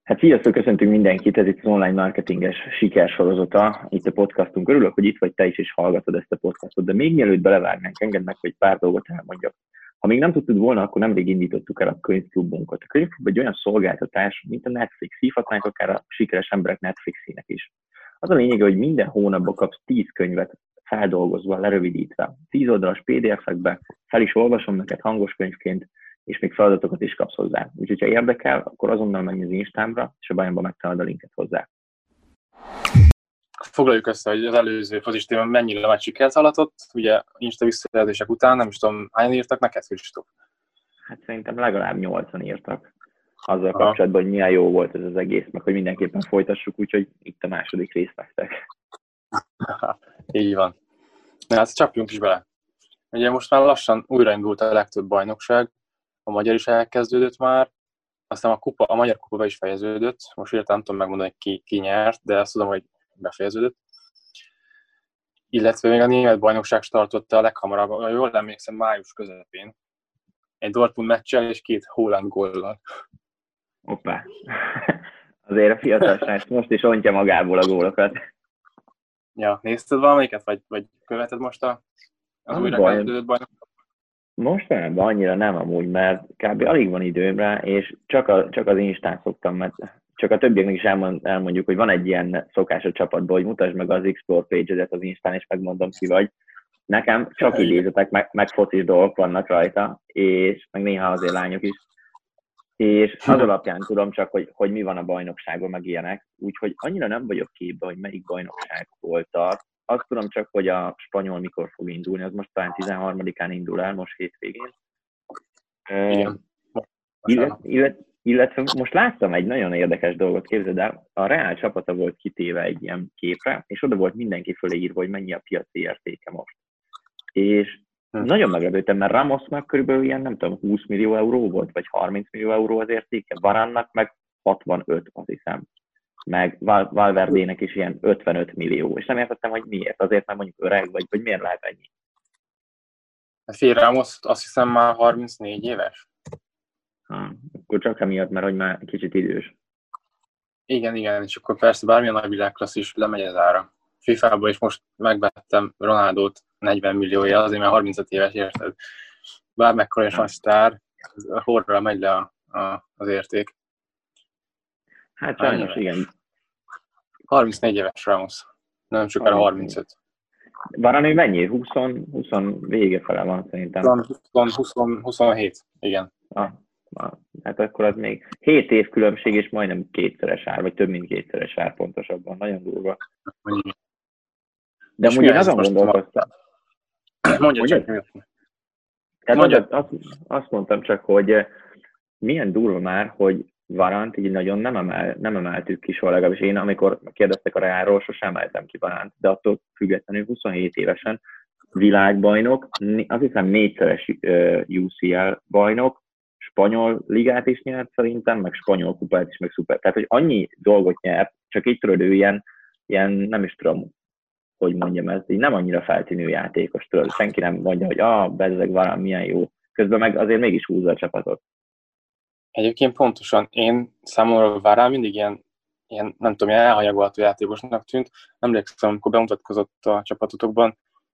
Hát sziasztok, köszöntünk mindenkit, ez itt az online marketinges sikersorozata, itt a podcastunk. Örülök, hogy itt vagy te is, és hallgatod ezt a podcastot, de még mielőtt belevágnánk, engedd meg, hogy pár dolgot elmondjak. Ha még nem tudtad volna, akkor nemrég indítottuk el a könyvklubunkat. A könyvklub egy olyan szolgáltatás, mint a Netflix, hívhatnánk akár a sikeres emberek Netflixének is. Az a lényege, hogy minden hónapban kapsz 10 könyvet feldolgozva, lerövidítve, 10 oldalas PDF-ekbe, fel is olvasom neked hangos könyvként, és még feladatokat is kapsz hozzá. Úgyhogy, ha érdekel, akkor azonnal menj az Instámra, és a bajomban megtalálod a linket hozzá. Foglaljuk össze, hogy az előző fazistében mennyire nagy sikert hallatott, ugye Insta visszajelzések után, nem is tudom, hányan írtak neked, Kristóf? Hát szerintem legalább 8-an írtak azzal kapcsolatban, hogy milyen jó volt ez az egész, meg hogy mindenképpen folytassuk, úgyhogy itt a második rész nektek. Így van. Na hát csapjunk is bele. Ugye most már lassan újraindult a legtöbb bajnokság, a magyar is elkezdődött már, aztán a magyar kupa be is fejeződött, most értem nem tudom megmondani, ki nyert, de azt tudom, hogy befejeződött. Illetve még a német bajnokság startotta a leghamarabb, ha jól emlékszem, május közepén. Egy Dortmund meccsel és 2 Haaland góllal. Hoppá. Azért a fiatal srác most is ontja magából a gólokat. Ja, nézted valamelyiket, vagy követed most az újrakezdődött bajnokság? Mostanában annyira nem amúgy, mert kb. Alig van időmre, és csak az Instán szoktam, mert csak a többieknek is elmondjuk, hogy van egy ilyen szokás a csapatban, hogy mutasd meg az Explore page-edet az Instán, és megmondom ki vagy. Nekem csak idézetek, meg focis dolgok vannak rajta, és meg néha azért lányok is. És az alapján tudom csak, hogy mi van a bajnokságon, meg ilyenek. Úgyhogy annyira nem vagyok képbe, hogy melyik bajnokság hol tart. Azt tudom csak, hogy a spanyol mikor fog indulni, az most talán 13-án indul el, most hétvégén. Illetve most láttam egy nagyon érdekes dolgot, képzeld el, a Real csapata volt kitéve egy ilyen képre, és oda volt mindenki fölé írva, hogy mennyi a piaci értéke most. És nagyon meglepődtem, mert Ramosnak körülbelül ilyen, nem tudom, 20 millió euró volt, vagy 30 millió euró az értéke, Varánnak meg 65, azt hiszem. Meg Valverdének is ilyen 55 millió, és nem értettem, hogy miért. Azért, mert mondjuk öreg, vagy miért lehet ennyi? Fél Ramos azt hiszem már 34 éves. Akkor csak emiatt, mert hogy már kicsit idős. Igen, és akkor persze bármilyen nagy világklassz is lemegy az ára. FIFA-ba is most megvettem Ronaldót 40 milliója, azért mert 35 éves, érted? Bármekkora is van sztár, horra megy le az érték. Hát sajnos, igen. 34 éves Ramos, nem sokára 35. Varane mennyi? 20 vége fele van szerintem. 27, igen. Hát akkor az még 7 év különbség, és majdnem kétszeres ár, vagy több mint kétszeres ár pontosabban. Nagyon durva. De amúgy én azon gondolkoztam. Azt mondtam csak, hogy milyen durva már, hogy Varant így nagyon nem emeltük ki soha, legalábbis én, amikor kérdeztek a Reálról, sosem emeltem ki Varant, de attól függetlenül 27 évesen világbajnok, azt hiszem 4-szeres UCL bajnok, spanyol ligát is nyert szerintem, meg spanyol kupát is, meg szuper. Tehát, hogy annyi dolgot nyert, csak így tudod, ő ilyen nem is tudom, hogy mondjam ezt, így nem annyira feltűnő játékos, tudod. Senki nem mondja, hogy bezzeg Varane, milyen jó. Közben meg azért mégis húzza a csapatot. Egyébként pontosan, én számomra Varane mindig ilyen nem tudom, ilyen elhanyagolható játékosnak tűnt. Emlékszem, amikor bemutatkozott a csapatotokban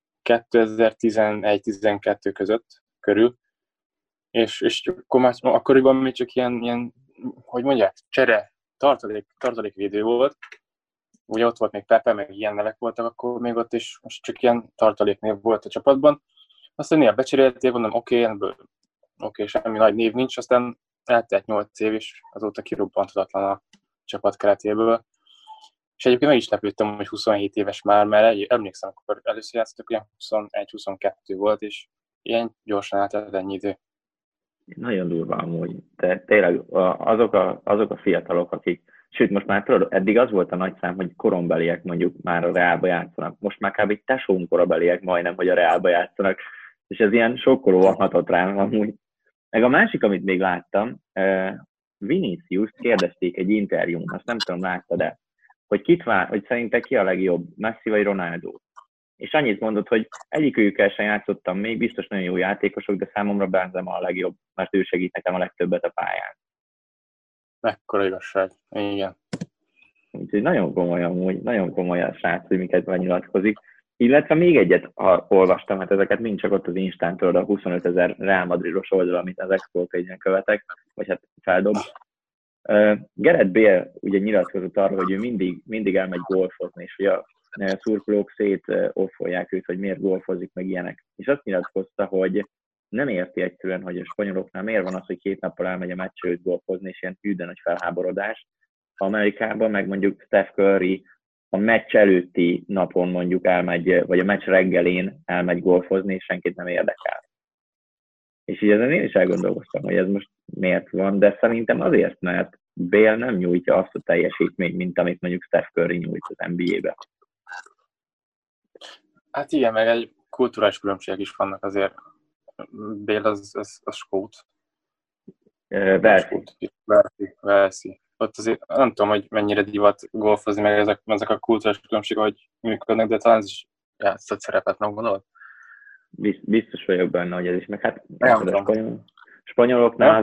2011-12 között körül, és akkoriban még csak ilyen, hogy mondják, tartalékvédő volt. Ugye ott volt még Pepe, meg ilyen nevek voltak, akkor még ott is most csak ilyen tartaléknév volt a csapatban. Aztán néha becserélték, mondom, oké, semmi nagy név nincs, aztán eltelt 8 év, és azóta kirobbanthatatlan a csapat keretéből. És egyébként meg is lepődtem, hogy 27 éves már, mert emlékszem, akkor először játszottak, olyan 21-22 volt, és ilyen gyorsan eltelt ennyi idő. Nagyon durva amúgy. De tényleg azok a fiatalok, akik, sőt most már tudod, eddig az volt a nagy szám, hogy korombeliek mondjuk már a Reálba játszanak. Most már kb. Tesónk korabeliek majdnem, hogy a Reálba játszanak. És ez ilyen sokkolóan hatott rám amúgy. Meg a másik, amit még láttam, Vinicius-t kérdezték egy interjún, azt nem tudom, láttad-e, hogy szerinted ki a legjobb, Messi vagy Ronaldo? És annyit mondott, hogy egyikőjükkel sem játszottam még, biztos nagyon jó játékosok, de számomra Benzema a legjobb, mert ő segít nekem a legtöbbet a pályán. Mekkora igazság. Igen. Úgyhogy nagyon komoly a srác, hogy miket nyilatkozik. Illetve még egyet olvastam, hát ezeket mind csak ott az Instántól, a 25 000 Real Madridos oldal, amit az Expo Page-en követek, vagy hát feldob. Gareth Bale ugye nyilatkozott arról, hogy ő mindig elmegy golfozni, és ugye a szurkolók offolják őt, hogy miért golfozik, meg ilyenek. És azt nyilatkozta, hogy nem érti egyszerűen, hogy a spanyoloknál miért van az, hogy 2 nappal elmegy a meccsre őt golfozni, és ilyen hűden nagy felháborodás. Amerikában meg mondjuk Steph Curry a meccs előtti napon mondjuk elmegy, vagy a meccs reggelén elmegy golfozni, és senkit nem érdekel. És így ezen én is elgondolkoztam, hogy ez most miért van, de szerintem azért, mert Bale nem nyújtja azt a teljesítményt, mint amit mondjuk Steph Curry nyújt az NBA-be. Hát igen, meg egy kulturális különbségek is vannak azért. Bale az skót. Velszi. Ott azért nem tudom, hogy mennyire divat golfozni, meg ezek a kulturális különbségek, hogy működnek, de talán ez is játszott szerepet, nem gondolod? Biztos vagyok benne, hogy ez is, meg hát a spanyoloknál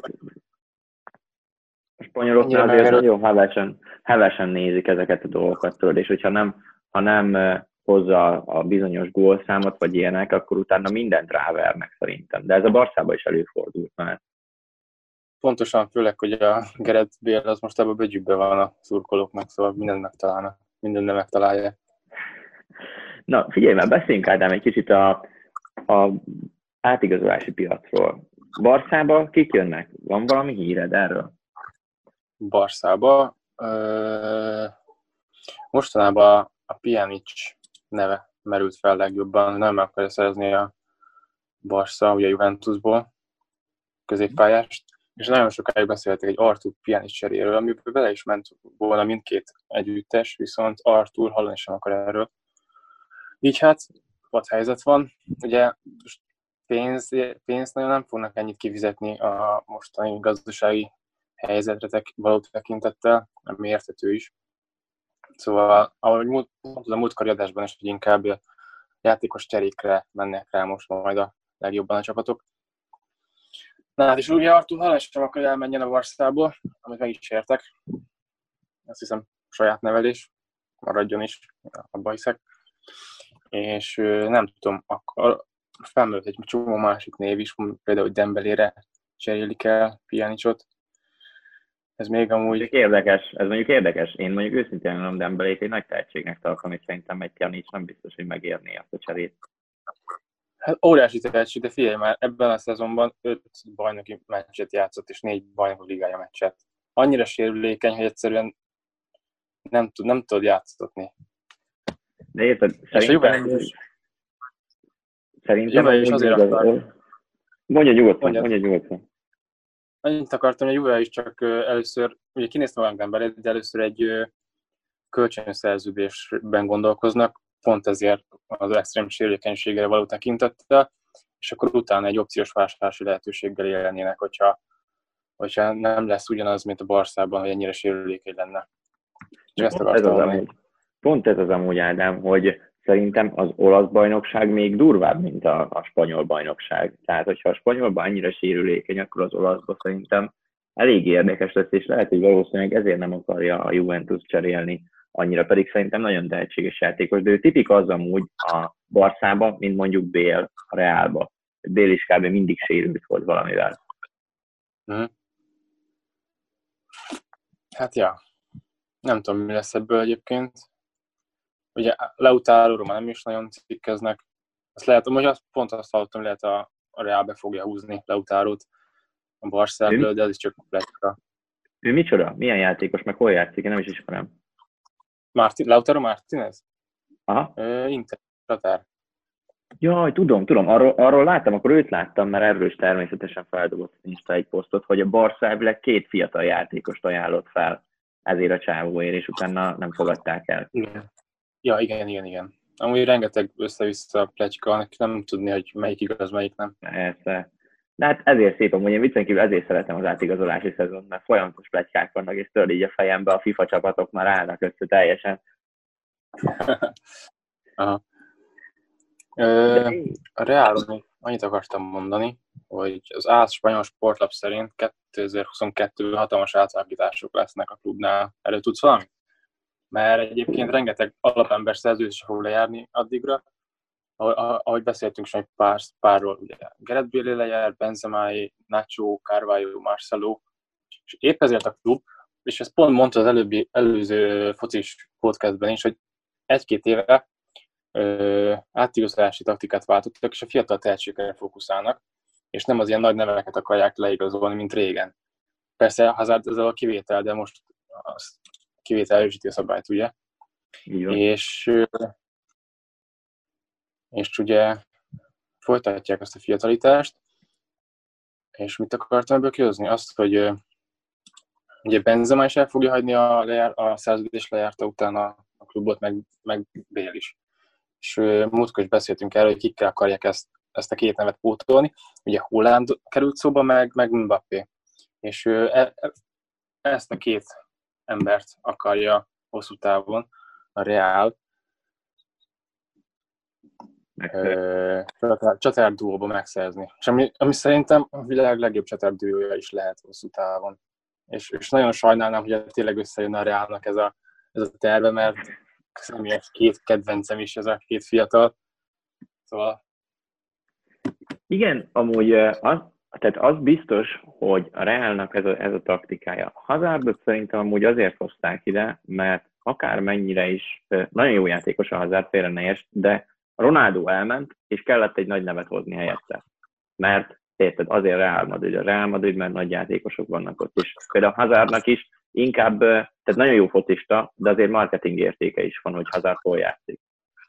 azért nagyon hevesen nézik ezeket a dolgokat, tudod, és hogyha nem hozza a bizonyos gólszámot, vagy ilyenek, akkor utána mindent rávernek szerintem. De ez a Barszában is előfordult már. Pontosan, főleg, hogy a Gareth Bale az most ebben begyűbbe van a szurkolóknak, szóval mindent megtalálják. Na, figyelj már, beszéljünk Ádám egy kicsit a átigazolási piacról. Barszába kik jönnek? Van valami híred erről? Barszába? Mostanában a Pjanic neve merült fel legjobban, nem akarja szerezni a Barca, ugye a Juventusból középpályást, és nagyon sokáig beszéltek egy Artur Pjanic cseréről, amiben bele is ment volna mindkét együttes, viszont Artur hallani sem akar erről. Így hát, vad helyzet van, ugye pénzt nagyon nem fognak ennyit kifizetni a mostani gazdasági helyzetre való tekintettel, ami érthető is. Szóval, ahogy mondtad a múltkori adásban is, hogy inkább játékos cserékre mennek rá most majd a legjobban a csapatok. Na hát, és ugye Artur Haaland sem akar elmenjen a Barszából, amit meg is értek. Azt hiszem, saját nevelés, maradjon is, abba hiszek. És nem tudom, akkor felmerült egy csomó másik név is, például Dembélére cserélik el Pjanicot. Ez még amúgy... Ez mondjuk érdekes. Én mondjuk őszintén mondom, Dembélét egy nagy tehetségnek tartom, és szerintem egy Pjanic nem biztos, hogy megérné azt a cserét. Hát óriási tehetség, de figyelj már, ebben a szezonban 5 bajnoki meccset játszott, és 4 bajnoki ligája meccset. Annyira sérülékeny, hogy egyszerűen nem tudod játszatni. De érted, szerintem is azért akar. Mondja nyugodtan. Annyit akartam, hogy a Juve is csak először, ugye kinéztem olyan Dembélét, de először egy kölcsönszerződésben gondolkoznak, pont ezért az extrém sérülékenységre való tekintettel, és akkor utána egy opciós vásárlási lehetőséggel élnének, hogyha nem lesz ugyanaz, mint a Barszában, hogy ennyire sérülékeny lenne. Pont ez az amúgy, Ádám, hogy szerintem az olasz bajnokság még durvább, mint a spanyol bajnokság. Tehát, hogyha a spanyolban annyira sérülékeny, akkor az olaszban szerintem elég érdekes lesz, és lehet, hogy valószínűleg ezért nem akarja a Juventus cserélni annyira, pedig szerintem nagyon tehetséges játékos, de ő tipik az amúgy a Barszában, mint mondjuk Bale a Realba. Bale is kb. Mindig sérült volt valamivel. Hát ja, nem tudom, mi lesz ebből egyébként. Ugye Lautaróról már nem is nagyon cikkeznek. Azt lehet, hogy pont azt hallottam, lehet a Real be fogja húzni Lautarót a Barszából, de ez is csak pletyka. Ő micsoda? Milyen játékos? Meg hol játszik? Én nem is ismerem. Lautaro Martínez? Aha. Inter, Tatár. Jaj, tudom. Arról láttam, akkor őt láttam, mert erről is természetesen feldobott Insta egy posztot, hogy a Barca elvileg 2 fiatal játékost ajánlott fel ezért a csávóért, és utána nem fogadták el. Igen. Ja, igen. Amúgy rengeteg össze-vissza pletyka, nem tudni, hogy melyik igaz, melyik nem. Persze. De hát ezért szép, amúgy én viccen kívül ezért szeretem az átigazolási szezont, mert folyamatos pletykák vannak, és tudod így a fejembe a FIFA csapatok már állnak össze teljesen. Aha. A Reálról még annyit akartam mondani, hogy az AS spanyol sportlap szerint 2022-ben hatalmas átalakítások lesznek a klubnál. Erről tudsz valamit? Mert egyébként rengeteg alapember szerződése fog lejárni addigra. Ahogy beszéltünk is párról, ugye Gareth Bale lejár, Benzema, Nacho, Carvalho, Marcelo, és épp ezért a klub, és ezt pont mondta az előző focis podcastben is, hogy egy-két éve átigazolási taktikát váltottak, és a fiatal tehetségekre fókuszálnak, és nem az ilyen nagy neveket akarják leigazolni, mint régen. Persze Hazard ezzel a kivétel, de most a kivétel erősíti a szabályt, ugye? És ugye folytatják azt a fiatalítást, és mit akartam ebből kihozni? Azt, hogy ugye Benzema is el fogja hagyni a szerződés lejárta után a klubot, meg Bale is. És múltkor is beszéltünk erről, hogy kikkel akarják ezt a két nevet pótolni. Ugye Haaland került szóba, meg Mbappé. És ezt a két embert akarja hosszú távon a Real csatárduóba megszerzni. És ami szerintem a világ legjobb csatárduója is lehet hosszú távon. És nagyon sajnálnám, hogy tényleg összejön a Realnak ez a terve, mert személyes két kedvencem is ez a két fiatal. Szóval... Igen, amúgy tehát az biztos, hogy a Realnak ez a taktikája. Hazardot szerintem amúgy azért hozták ide, mert akármennyire is nagyon jó játékos a Hazard, félre ne érts, de Ronaldo elment, és kellett egy nagy nevet hozni helyette. Mert érted, azért Real Madrid, mert nagy játékosok vannak ott is. Például Hazardnak is inkább, tehát nagyon jó focista, de azért marketing értéke is van, hogy Hazard hol játszik.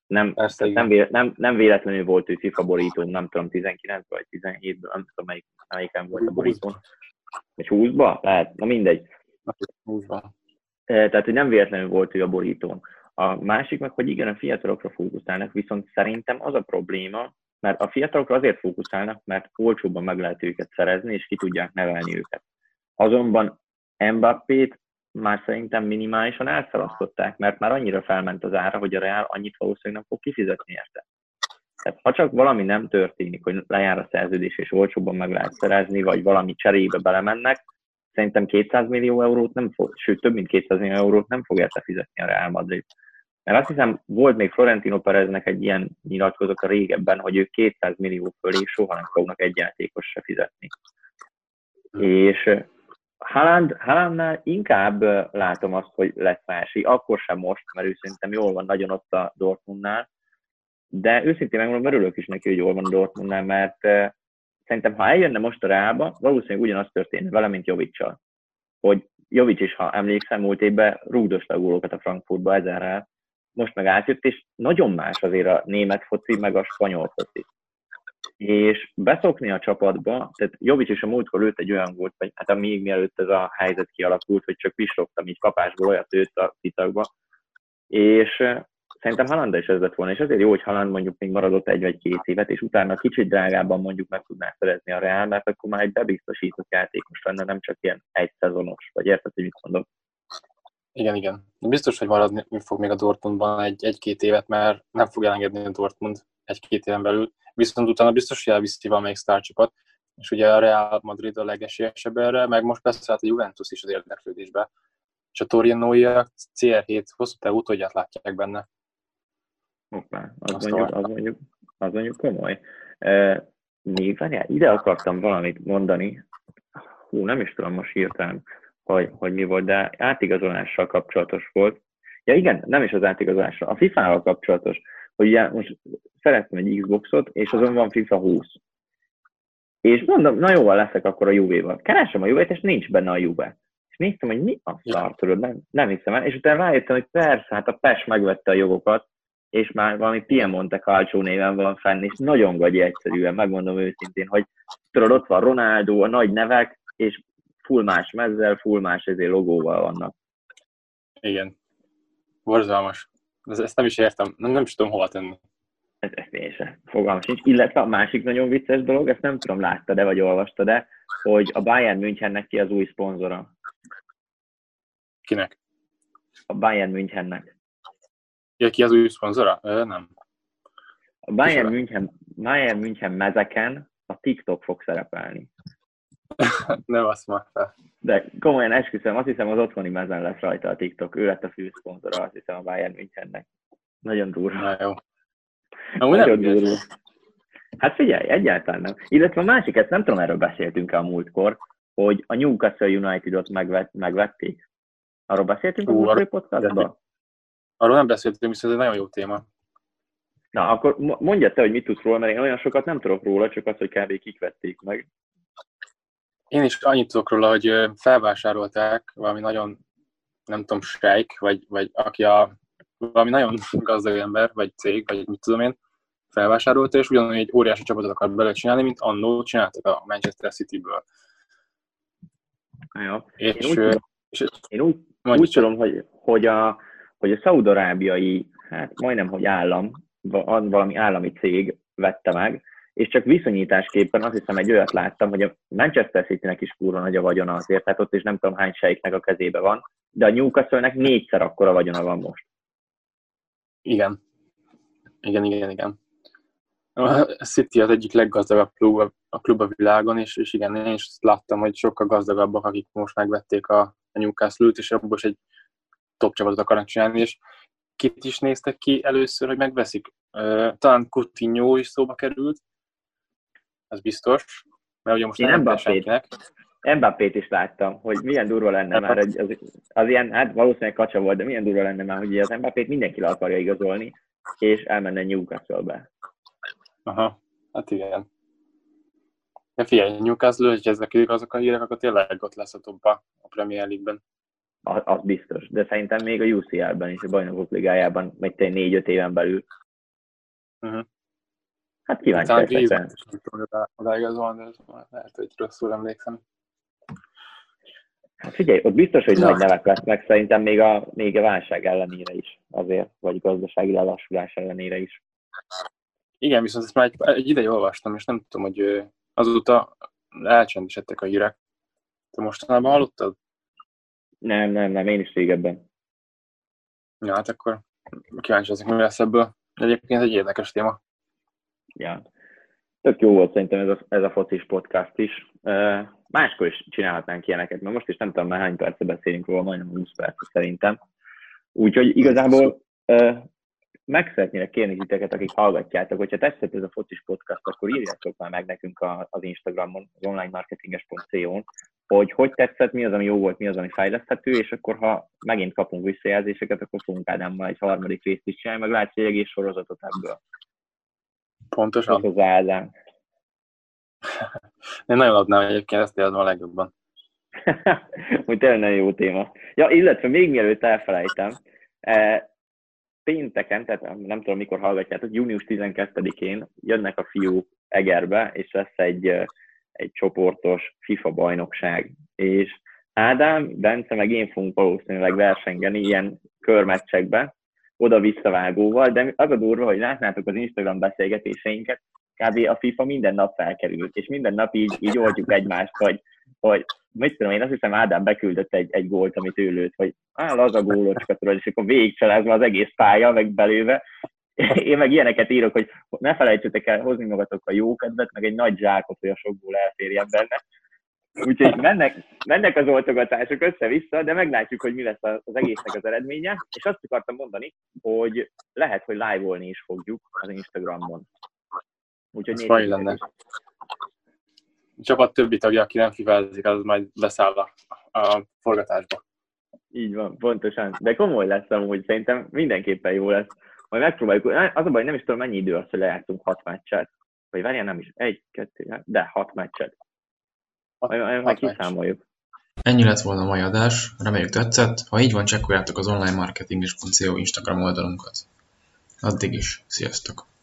Nem véletlenül volt ő FIFA borítón, nem tudom, 19 vagy 17-ből, nem tudom melyiken volt a borítón. Vagy 20-ba? Lehet, na mindegy. 20-ba. Tehát, hogy nem véletlenül volt ő a borítón. A másik meg, hogy igen, a fiatalokra fókuszálnak, viszont szerintem az a probléma, mert a fiatalokra azért fókuszálnak, mert olcsóbban meg lehet őket szerezni, és ki tudják nevelni őket. Azonban Mbappét már szerintem minimálisan elszalasztották, mert már annyira felment az ára, hogy a Real annyit valószínűleg nem fog kifizetni érte. Tehát ha csak valami nem történik, hogy lejár a szerződés, és olcsóbban meg lehet szerezni, vagy valami cserébe belemennek, szerintem 200 millió eurót nem fog, sőt több mint 200 millió eurót nem fog érte fizetni a Real Madrid. Mert azt hiszem, volt még Florentino Pereznek egy ilyen nyilatkozata régebben, hogy ők 200 millió fölé soha nem fognak egy játékos se fizetni. És Haalandnál inkább látom azt, hogy lesz másik, akkor sem most, mert ő szerintem jól van nagyon ott a Dortmundnál, de őszintén megmondom, örülök is neki, hogy jól van a Dortmundnál, mert szerintem, ha eljönne most a Realba, valószínűleg ugyanaz történne vele, mint Jovic-sal. Hogy Jovic is, ha emlékszem, múlt évben rúgdosta a gólokat a Frankfurtba ezerrel, most meg átjött, és nagyon más azért a német foci, meg a spanyol foci. És beszokni a csapatba, tehát Jovic is a múltkor lőtt egy olyan gólt, vagy hát még mielőtt ez a helyzet kialakult, hogy csak pislogtam így kapásból, olyat lőtt a szitagba, és szerintem Haaland is ez lett volna, és azért jó, hogy Haaland mondjuk még maradott egy vagy két évet, és utána kicsit drágábban mondjuk meg tudná szerezni a Real, mert akkor már egy bebiztosított játékos lenne, nem csak ilyen egyszezonos, vagy érted, hogy mit mondok? Igen. Biztos, hogy maradni fog még a Dortmundban egy-két évet, mert nem fog elengedni a Dortmund egy-két éven belül. Viszont utána biztos, hogy elviszi valamelyik sztárcsapat, és ugye a Real Madrid a legesélyesebb erre, meg most persze hát a Juventus is az érdeklődésbe. És a Torinóiak CR7 hosszú távú utódját látják benne. Hoppá, az mondjuk komoly. Még várjál, ide akartam valamit mondani, nem is tudom most hirtelen, hogy mi volt, de átigazolással kapcsolatos volt. Ja igen, nem is az átigazolással, a FIFA-val kapcsolatos, hogy ugye most szerettem egy Xboxot, és azon van FIFA 20. És mondom, na jóval leszek akkor a Juve-val. Keresem a Juve-t, és nincs benne a Juve. És néztem, hogy mi a szar, tudod, nem hiszem el, és utána rájöttem, hogy persze, hát a PES megvette a jogokat, és már valami Piemonte Calcio néven van fenn, és nagyon gagyi egyszerűen, megmondom őszintén, hogy tudod, ott van Ronaldo, a nagy nevek, és full más mezzel, full más ezért logóval vannak. Igen. Borzalmas. Ezt nem is értem, nem is tudom hova tenni. Ezt én sem. Fogalmam sincs. Illetve a másik nagyon vicces dolog, ezt nem tudom, láttad-e vagy olvastad-e, hogy a Bayern Münchennek ki az új szponzora. Kinek? A Bayern Münchennek. Ja, ki az új szponzora? Nem. A Bayern München mezeken a TikTok fog szerepelni. Nem azt mondta. De komolyan esküszöm, azt hiszem az otthoni mezen lesz rajta a TikTok. Ő lett a főszponzora, azt hiszem a Bayern Münchennek. Nagyon durva. Na jó. Nagyon durva. Hát figyelj, egyáltalán nem. Illetve a másik, ezt nem tudom, erről beszéltünk-e a múltkor, hogy a Newcastle United-ot megvették. Arról beszéltünk a múltkori podcastban? Arról nem beszéltünk, viszont ez egy nagyon jó téma. Na, akkor mondjad te, hogy mit tudsz róla, mert én olyan sokat nem tudok róla, csak azt, hogy kb. Kik vették meg. Én is annyit tudok róla, hogy felvásárolták valami nagyon, nem tudom, sejk, vagy aki valami nagyon gazdag ember, vagy cég, vagy mit tudom én, felvásárolta, és ugyanúgy egy óriási csapatot akar bele csinálni, mint annó csináltak a Manchester City-ből. Ja. Én úgy tudom, hogy a szaúd-arábiai, hát majdnem, hogy állam, valami állami cég vette meg, és csak viszonyításképpen azt hiszem egy olyat láttam, hogy a Manchester City-nek is kurva nagy a vagyona azért, tehát ott is nem tudom hány sejknek a kezébe van, de a Newcastle-nek 4-szer akkora vagyona van most. Igen. A City az egyik leggazdagabb klub a világon, és igen, én is láttam, hogy sokkal gazdagabbak, akik most megvették a Newcastle-t, és abból is egy top csapatot akarnak csinálni, és kit is néztek ki először, hogy megveszik? Talán Coutinho is szóba került, az biztos, mert ugye most nem kell senkinek. Mbappét is láttam, hogy milyen durva lenne már, az ilyen, hát valószínűleg kacsa volt, de milyen durva lenne már, hogy az Mbappét mindenki le akarja igazolni, és elmenne Newcastle-be. Aha, hát igen. De figyelj, Newcastle, hogy ezek azok a hírek, akkor tényleg ott lesz a topba a Premier League-ben. Az biztos, de szerintem még a UCL-ben is, a Bajnokok Ligájában megy 4-5 éven belül. Hát kíváncsi leszek. Odaigazolni, de lehet, hogy rosszul emlékszem. Hát figyelj, ott biztos, hogy nagy nevek lesznek, szerintem még a válság ellenére is azért, vagy gazdasági lelassulás ellenére is. Igen, viszont ezt már egy ideje olvastam, és nem tudom, hogy azóta elcsendesedtek a hírek. Te mostanában hallottad? Nem, én is régebben. Ja, hát akkor kíváncsi leszek, mi lesz ebből. Egyébként egy érdekes téma. Ja. Tök jó volt szerintem ez a focis podcast is. Máskor is csinálhatnánk ilyeneket, mert most is nem tudom már hány perce beszélünk róla, majdnem 20 perc szerintem. Úgyhogy igazából meg szeretnélek kérni titeket, akik hallgatjátok, hogyha tetszett ez a focis podcast, akkor írjátok már meg nekünk az Instagramon, az onlinemarketinges.co-n, hogy tetszett, mi az, ami jó volt, mi az, ami fejleszthető, és akkor ha megint kapunk visszajelzéseket, akkor fogunk Ádámmal egy harmadik részt is csinálni, meg látsz egy egész sorozatot ebből. Pontosan. Az Ádám. Én nagyon adnám egyébként, ezt érzem a legjobban. Úgy tényleg nagyon jó téma. Ja, illetve még mielőtt elfelejtem, pénteken, tehát nem tudom mikor hallgatjátok, június 12-én jönnek a fiúk Egerbe, és lesz egy csoportos FIFA bajnokság. És Ádám, Bence meg én fogunk valószínűleg versengeni ilyen körmeccsekbe, oda-visszavágóval, de az a durva, hogy látnátok az Instagram beszélgetéseinket, kb. A FIFA minden nap felkerült, és minden nap így oldjuk egymást, hogy mit tudom, én azt hiszem Ádám beküldött egy gólt, amit ő lőtt, hogy az a gólocska, tudod, és akkor végigcselezve az egész pálya, meg belőve. Én meg ilyeneket írok, hogy ne felejtsetek el hozni magatok a jó kedvet, meg egy nagy zsákot, hogy a sokból elférjen benne. Úgyhogy mennek az oltogatások össze-vissza, de meglátjuk, hogy mi lesz az egésznek az eredménye. És azt akartam mondani, hogy lehet, hogy live-olni is fogjuk az Instagramon. Úgyhogy ez lenne. A csapat többi tagja, aki nem fifázik, az majd beszáll a forgatásba. Így van, pontosan. De komoly lesz amúgy, szerintem mindenképpen jó lesz. Majd megpróbáljuk. Az a baj, nem is tudom, mennyi idő az, hogy lejátszunk 6 meccset. Vagy várjál, nem is. 1, 2, de 6 meccset. Majd kiszámoljuk. Ennyi lett volna a mai adás, reméljük tetszett. Ha így van, csekkoljátok az onlinemarketinges.co Instagram oldalunkat. Addig is, sziasztok!